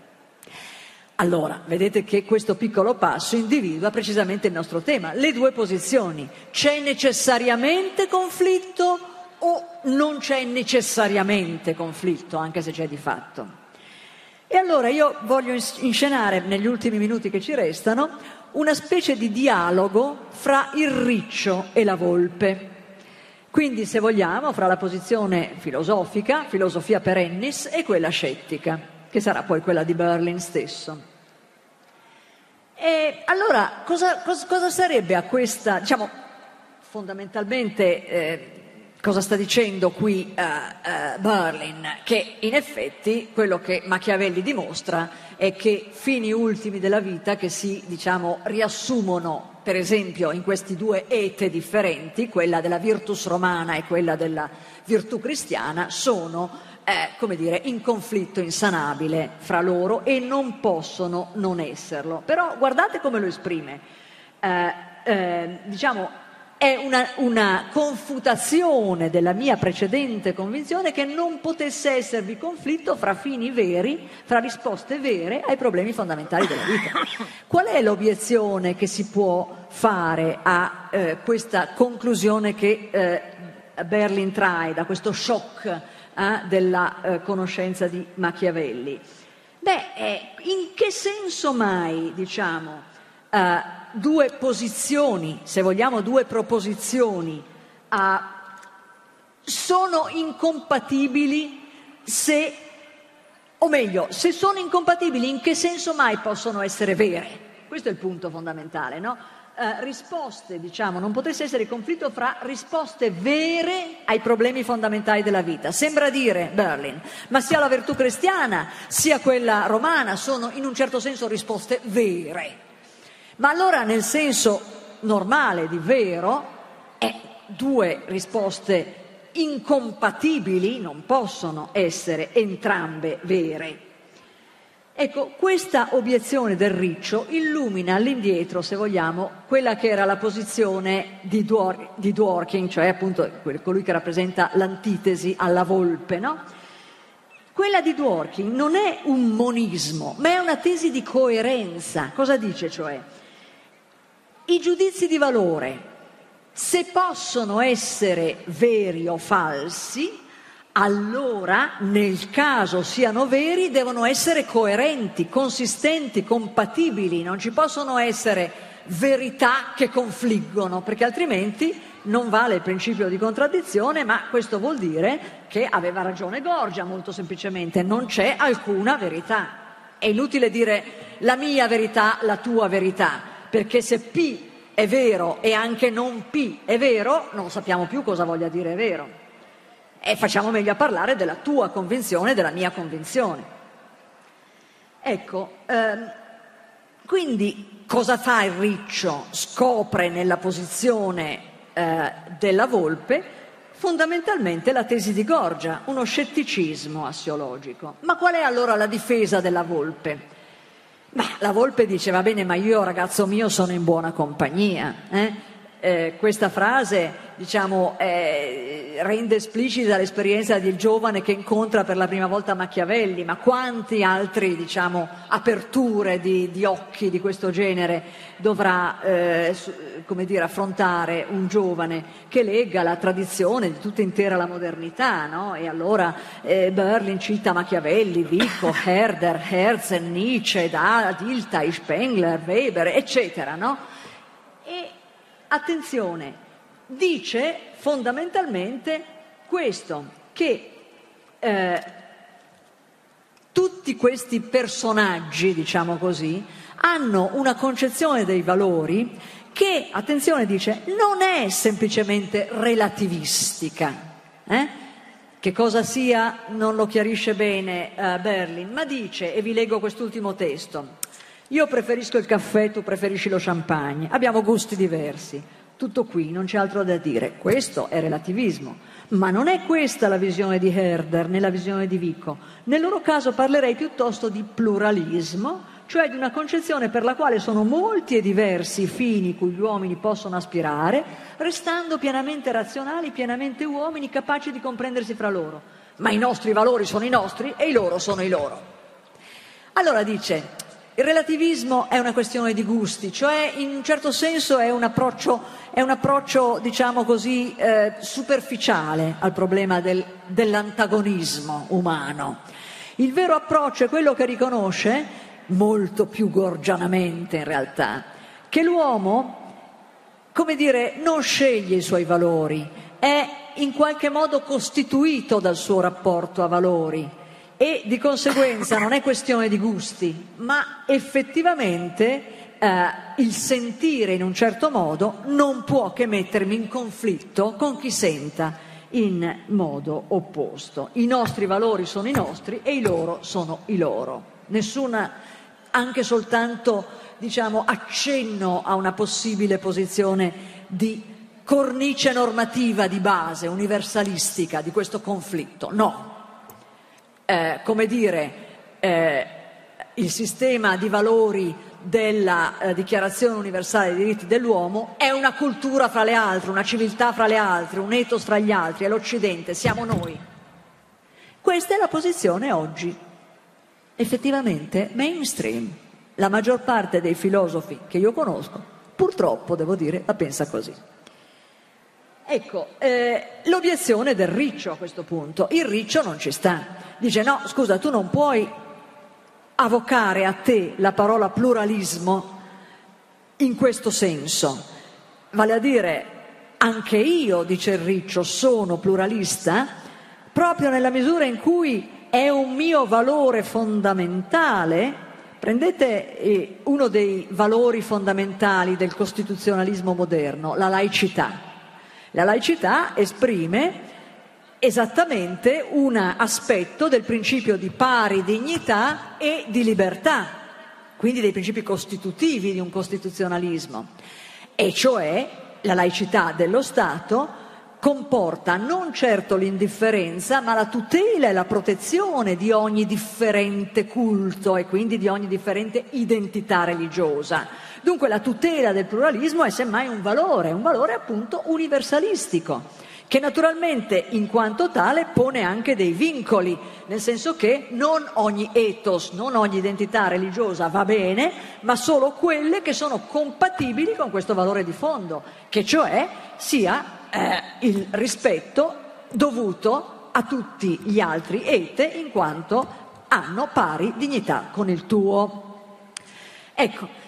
Speaker 1: Allora, vedete che questo piccolo passo individua precisamente il nostro tema, le due posizioni. C'è necessariamente conflitto o non c'è necessariamente conflitto, anche se c'è di fatto? E allora io voglio inscenare, negli ultimi minuti che ci restano, una specie di dialogo fra il riccio e la volpe. Quindi, se vogliamo, fra la posizione filosofica, filosofia perennis, e quella scettica, che sarà poi quella di Berlin stesso. E allora, cosa, cosa, cosa sarebbe a questa, diciamo, fondamentalmente, eh, cosa sta dicendo qui eh, eh, Berlin? Che in effetti quello che Machiavelli dimostra è che fini ultimi della vita che si, diciamo, riassumono, per esempio, in questi due ete differenti, quella della virtus romana e quella della virtù cristiana, sono Eh, come dire, in conflitto insanabile fra loro e non possono non esserlo. Però guardate come lo esprime. Eh, eh, diciamo, è una, una confutazione della mia precedente convinzione che non potesse esservi conflitto fra fini veri, fra risposte vere ai problemi fondamentali della vita. Qual è l'obiezione che si può fare a eh, questa conclusione che eh, Berlin trae da questo shock eh, della eh, conoscenza di Machiavelli? Beh, eh, in che senso mai, diciamo, eh, due posizioni, se vogliamo due proposizioni, eh, sono incompatibili se, o meglio, se sono incompatibili, in che senso mai possono essere vere? Questo è il punto fondamentale, no? Eh, risposte, diciamo, non potesse essere il conflitto fra risposte vere ai problemi fondamentali della vita. Sembra dire Berlin, ma sia la virtù cristiana sia quella romana sono in un certo senso risposte vere. Ma allora nel senso normale di vero, è due risposte incompatibili non possono essere entrambe vere. Ecco, questa obiezione del Riccio illumina all'indietro, se vogliamo, quella che era la posizione di, Dwor- di Dworkin, cioè appunto colui che rappresenta l'antitesi alla volpe, no? Quella di Dworkin non è un monismo, ma è una tesi di coerenza. Cosa dice, cioè? I giudizi di valore, se possono essere veri o falsi, allora, nel caso siano veri, devono essere coerenti, consistenti, compatibili, non ci possono essere verità che confliggono, perché altrimenti non vale il principio di contraddizione, ma questo vuol dire che aveva ragione Gorgia, molto semplicemente, non c'è alcuna verità. È inutile dire la mia verità, la tua verità, perché se P è vero e anche non P è vero, non sappiamo più cosa voglia dire vero. E facciamo meglio a parlare della tua convinzione e della mia convinzione. Ecco, ehm, quindi cosa fa il Riccio? Scopre nella posizione eh, della volpe fondamentalmente la tesi di Gorgia, uno scetticismo assiologico. Ma qual è allora la difesa della volpe? Ma la volpe dice, va bene, ma io ragazzo mio sono in buona compagnia, eh? Eh, questa frase, diciamo, eh, rende esplicita l'esperienza del giovane che incontra per la prima volta Machiavelli, ma quanti altri, diciamo, aperture di, di occhi di questo genere dovrà, eh, su, come dire, affrontare un giovane che legga la tradizione di tutta intera la modernità, no? E allora eh, Berlin cita Machiavelli, Vico, Herder, Herzen, Nietzsche, Dilthey, Spengler, Weber, eccetera, no? E attenzione, dice fondamentalmente questo, che eh, tutti questi personaggi, diciamo così, hanno una concezione dei valori che, attenzione, dice, non è semplicemente relativistica. Eh? Che cosa sia non lo chiarisce bene eh, Berlin, ma dice, e vi leggo quest'ultimo testo, io preferisco il caffè, tu preferisci lo champagne, abbiamo gusti diversi, tutto qui, non c'è altro da dire, questo è relativismo, ma non è questa la visione di Herder né la visione di Vico, nel loro caso parlerei piuttosto di pluralismo, cioè di una concezione per la quale sono molti e diversi i fini cui gli uomini possono aspirare, restando pienamente razionali, pienamente uomini, capaci di comprendersi fra loro, ma i nostri valori sono i nostri e i loro sono i loro. Allora dice, il relativismo è una questione di gusti, cioè in un certo senso è un approccio, è un approccio diciamo così, eh, superficiale al problema del, dell'antagonismo umano. Il vero approccio è quello che riconosce, molto più gorgianamente in realtà, che l'uomo, come dire, non sceglie i suoi valori, è in qualche modo costituito dal suo rapporto a valori. E di conseguenza non è questione di gusti, ma effettivamente eh, il sentire in un certo modo non può che mettermi in conflitto con chi senta in modo opposto. I nostri valori sono i nostri e i loro sono i loro. Nessuna, anche soltanto, diciamo, accenno a una possibile posizione di cornice normativa di base, universalistica di questo conflitto, no. Eh, come dire, eh, il sistema di valori della eh, Dichiarazione Universale dei Diritti dell'Uomo è una cultura fra le altre, una civiltà fra le altre, un ethos fra gli altri, è l'Occidente, siamo noi. Questa è la posizione oggi, effettivamente mainstream. La maggior parte dei filosofi che io conosco, purtroppo devo dire, la pensa così. Ecco, eh, l'obiezione del riccio a questo punto. Il riccio non ci sta. Dice no, scusa, tu non puoi avvocare a te la parola pluralismo in questo senso. Vale a dire, anche io, dice il riccio, sono pluralista proprio nella misura in cui è un mio valore fondamentale. Prendete eh, uno dei valori fondamentali del costituzionalismo moderno, la laicità. La laicità esprime esattamente un aspetto del principio di pari dignità e di libertà, quindi dei principi costitutivi di un costituzionalismo, e cioè la laicità dello Stato comporta non certo l'indifferenza, ma la tutela e la protezione di ogni differente culto e quindi di ogni differente identità religiosa. Dunque la tutela del pluralismo è semmai un valore, un valore appunto universalistico, che naturalmente in quanto tale pone anche dei vincoli, nel senso che non ogni ethos, non ogni identità religiosa va bene, ma solo quelle che sono compatibili con questo valore di fondo, che cioè sia eh, il rispetto dovuto a tutti gli altri ete in quanto hanno pari dignità con il tuo. Ecco,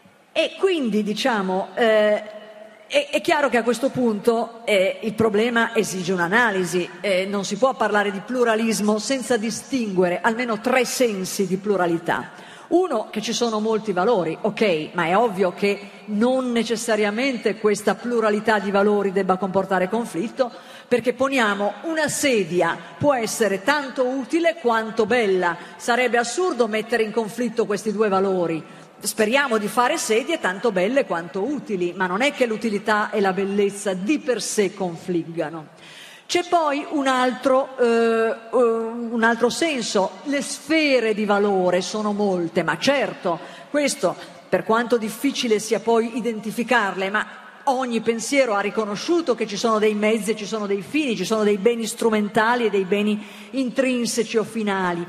Speaker 1: e quindi diciamo... Eh, È, è chiaro che a questo punto eh, il problema esige un'analisi, eh, non si può parlare di pluralismo senza distinguere almeno tre sensi di pluralità. Uno, che ci sono molti valori, ok, ma è ovvio che non necessariamente questa pluralità di valori debba comportare conflitto, perché poniamo una sedia può essere tanto utile quanto bella, sarebbe assurdo mettere in conflitto questi due valori. Speriamo di fare sedie tanto belle quanto utili, ma non è che l'utilità e la bellezza di per sé confliggano. C'è poi un altro, eh, un altro senso, le sfere di valore sono molte, ma certo, questo per quanto difficile sia poi identificarle, ma ogni pensiero ha riconosciuto che ci sono dei mezzi, ci sono dei fini, ci sono dei beni strumentali e dei beni intrinseci o finali.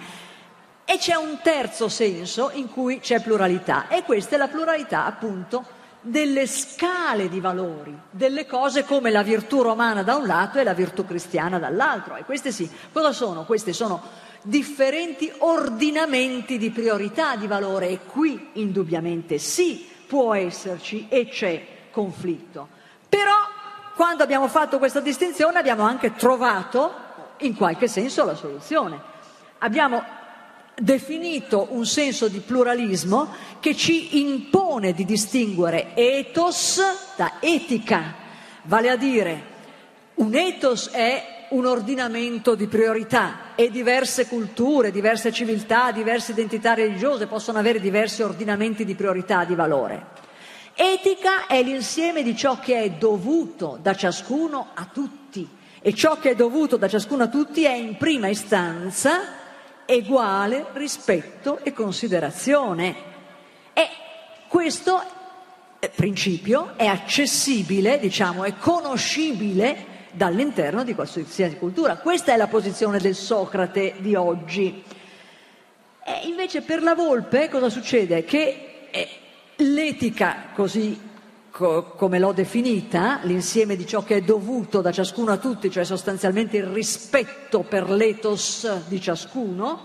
Speaker 1: E c'è un terzo senso in cui c'è pluralità, e questa è la pluralità appunto delle scale di valori, delle cose come la virtù romana da un lato e la virtù cristiana dall'altro. E queste sì, cosa sono? Queste sono differenti ordinamenti di priorità di valore, e qui indubbiamente sì può esserci e c'è conflitto. Però quando abbiamo fatto questa distinzione abbiamo anche trovato in qualche senso la soluzione. Abbiamo definito un senso di pluralismo che ci impone di distinguere ethos da etica, vale a dire un ethos è un ordinamento di priorità e diverse culture, diverse civiltà, diverse identità religiose possono avere diversi ordinamenti di priorità di valore. Etica è l'insieme di ciò che è dovuto da ciascuno a tutti, e ciò che è dovuto da ciascuno a tutti è in prima istanza eguale rispetto e considerazione, e questo principio è accessibile, diciamo, è conoscibile dall'interno di qualsiasi cultura. Questa è la posizione del Socrate di oggi. E invece per la Volpe cosa succede? Che eh, l'etica, così co- come l'ho definita, l'insieme di ciò che è dovuto da ciascuno a tutti, cioè sostanzialmente il rispetto per l'ethos di ciascuno,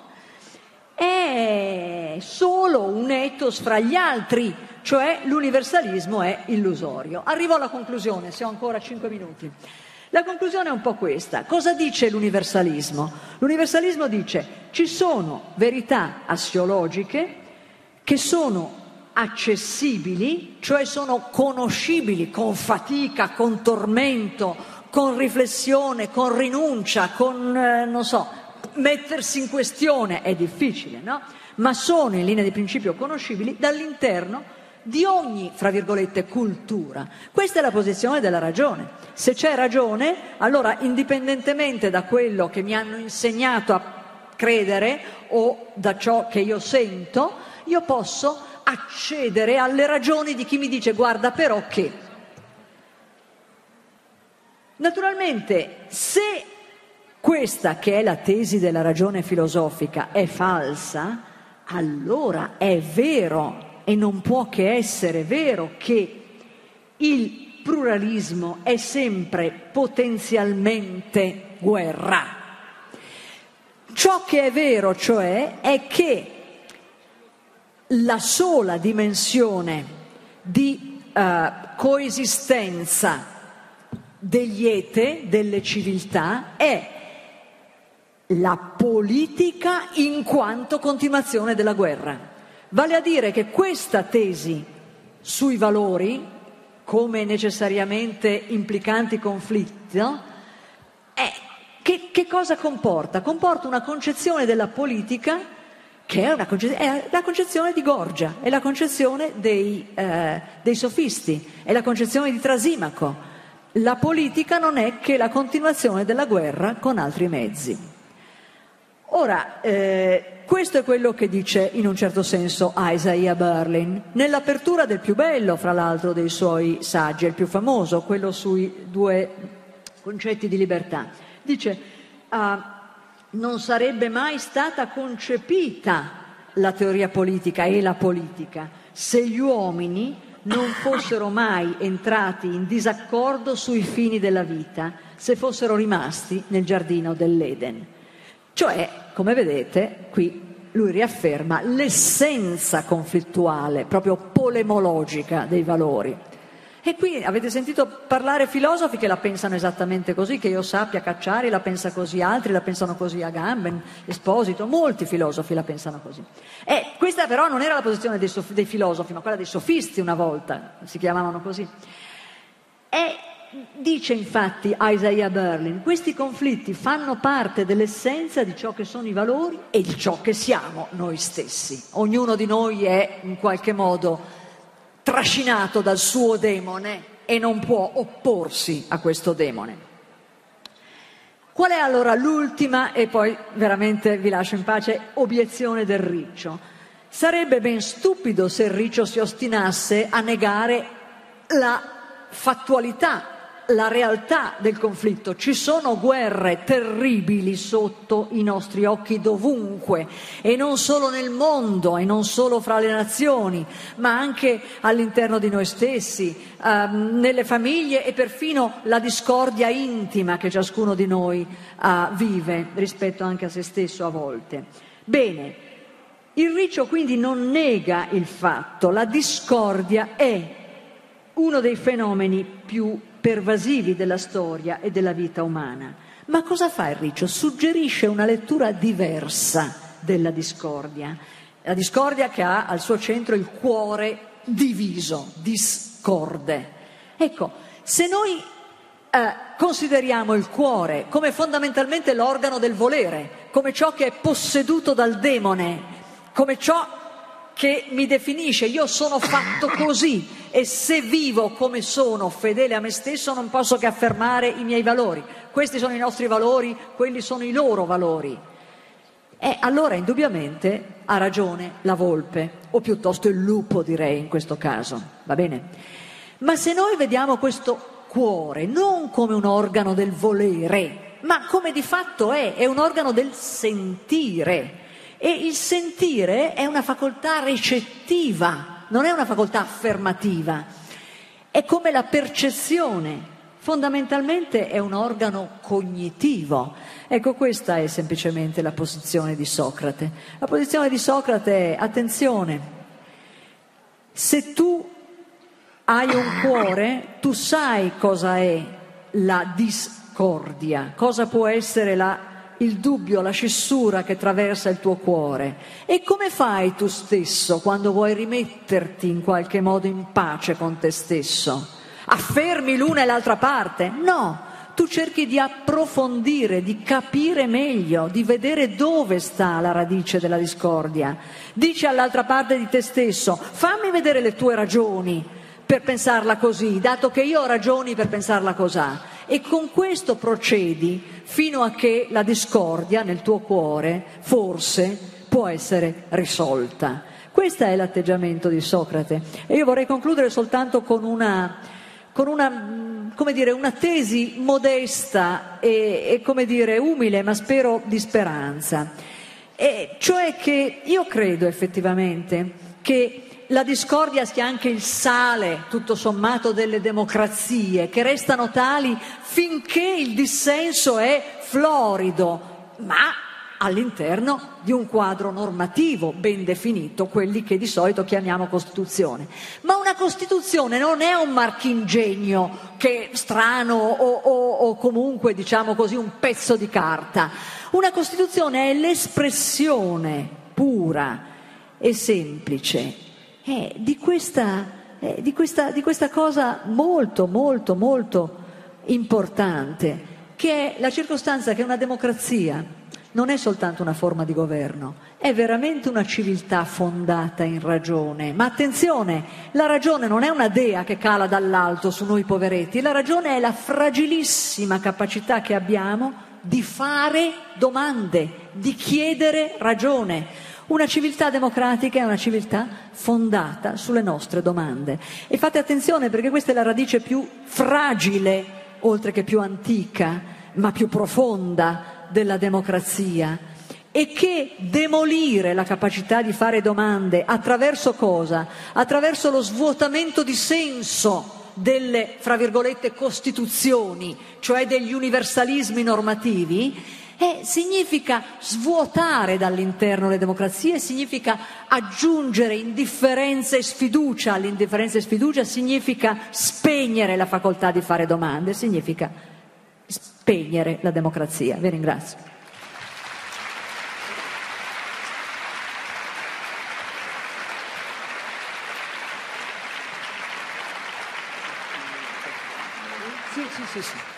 Speaker 1: è solo un ethos fra gli altri, cioè l'universalismo è illusorio. Arrivo alla conclusione, se ho ancora cinque minuti. La conclusione è un po' questa. Cosa dice l'universalismo? L'universalismo dice: ci sono verità assiologiche che sono accessibili, cioè sono conoscibili con fatica, con tormento, con riflessione, con rinuncia, con, eh, non so, mettersi in questione è difficile, no? Ma sono in linea di principio conoscibili dall'interno di ogni, fra virgolette, cultura. Questa è la posizione della ragione. Se c'è ragione, allora indipendentemente da quello che mi hanno insegnato a credere o da ciò che io sento, io posso accedere alle ragioni di chi mi dice: guarda però che. Naturalmente, se questa, che è la tesi della ragione filosofica, è falsa, allora è vero e non può che essere vero che il pluralismo è sempre potenzialmente guerra. Ciò che è vero, cioè, è che la sola dimensione di uh, coesistenza degli ete, delle civiltà, è la politica in quanto continuazione della guerra. Vale a dire che questa tesi sui valori, come necessariamente implicanti conflitti, no? è, che, che cosa comporta? Comporta una concezione della politica che è, una conce- è la concezione di Gorgia, è la concezione dei, eh, dei sofisti, è la concezione di Trasimaco. La politica non è che la continuazione della guerra con altri mezzi. Ora, eh, questo è quello che dice in un certo senso Isaiah Berlin, nell'apertura del più bello, fra l'altro, dei suoi saggi, il più famoso, quello sui due concetti di libertà. Dice, ah, non sarebbe mai stata concepita la teoria politica e la politica se gli uomini non fossero mai entrati in disaccordo sui fini della vita, se fossero rimasti nel giardino dell'Eden. Cioè, come vedete, qui lui riafferma l'essenza conflittuale, proprio polemologica dei valori. E qui avete sentito parlare filosofi che la pensano esattamente così, che io sappia, Cacciari la pensa così, altri la pensano così, Agamben, Esposito, molti filosofi la pensano così. E questa però non era la posizione dei, sof- dei filosofi, ma quella dei sofisti una volta, si chiamavano così. E dice infatti Isaiah Berlin, questi conflitti fanno parte dell'essenza di ciò che sono i valori e di ciò che siamo noi stessi. Ognuno di noi è in qualche modo trascinato dal suo demone e non può opporsi a questo demone. Qual è allora l'ultima, e poi veramente vi lascio in pace, obiezione del Riccio? Sarebbe ben stupido se il Riccio si ostinasse a negare la fattualità, la realtà del conflitto. Ci sono guerre terribili sotto i nostri occhi dovunque, e non solo nel mondo, e non solo fra le nazioni, ma anche all'interno di noi stessi, ehm, nelle famiglie, e perfino la discordia intima che ciascuno di noi eh, vive rispetto anche a se stesso a volte. Bene, il Riccio quindi non nega il fatto, la discordia è uno dei fenomeni più pervasivi della storia e della vita umana. Ma cosa fa il Riccio? Suggerisce una lettura diversa della discordia. La discordia che ha al suo centro il cuore diviso, discorde. Ecco, se noi eh, consideriamo il cuore come fondamentalmente l'organo del volere, come ciò che è posseduto dal demone, come ciò che mi definisce, io sono fatto così e se vivo come sono, fedele a me stesso, non posso che affermare i miei valori. Questi sono i nostri valori, quelli sono i loro valori. E allora indubbiamente ha ragione la volpe, o piuttosto il lupo direi in questo caso, va bene? Ma se noi vediamo questo cuore non come un organo del volere, ma come di fatto è, è un organo del sentire. E il sentire è una facoltà recettiva, non è una facoltà affermativa, è come la percezione, fondamentalmente è un organo cognitivo. Ecco, questa è semplicemente la posizione di Socrate. La posizione di Socrate è, attenzione, se tu hai un cuore, tu sai cosa è la discordia, cosa può essere la il dubbio, la scissura che attraversa il tuo cuore. E come fai tu stesso quando vuoi rimetterti in qualche modo in pace con te stesso? Affermi l'una e l'altra parte? No, tu cerchi di approfondire, di capire meglio, di vedere dove sta la radice della discordia. Dici all'altra parte di te stesso, fammi vedere le tue ragioni per pensarla così, dato che io ho ragioni per pensarla così. E con questo procedi fino a che la discordia nel tuo cuore forse può essere risolta. Questo è l'atteggiamento di Socrate. E io vorrei concludere soltanto con una, con una, come dire, una tesi modesta e, e come dire, umile, ma spero di speranza. E cioè che io credo effettivamente che la discordia sia anche il sale, tutto sommato, delle democrazie, che restano tali finché il dissenso è florido, ma all'interno di un quadro normativo ben definito, quelli che di solito chiamiamo Costituzione. Ma una Costituzione non è un marchingegno che strano o, o, o comunque, diciamo così, un pezzo di carta. Una Costituzione è l'espressione pura e semplice eh, di, questa, eh, di, questa, di questa cosa molto, molto, molto importante, che è la circostanza che una democrazia non è soltanto una forma di governo, è veramente una civiltà fondata in ragione. Ma attenzione, la ragione non è una dea che cala dall'alto su noi poveretti, la ragione è la fragilissima capacità che abbiamo di fare domande, di chiedere ragione. Una civiltà democratica è una civiltà fondata sulle nostre domande. E fate attenzione, perché questa è la radice più fragile, oltre che più antica, ma più profonda della democrazia, e che demolire la capacità di fare domande attraverso cosa? Attraverso lo svuotamento di senso delle, fra virgolette, costituzioni, cioè degli universalismi normativi, eh, significa svuotare dall'interno le democrazie, significa aggiungere indifferenza e sfiducia all'indifferenza e sfiducia, significa spegnere la facoltà di fare domande, significa spegnere la democrazia. Vi ringrazio. Sì, sì, sì, sì.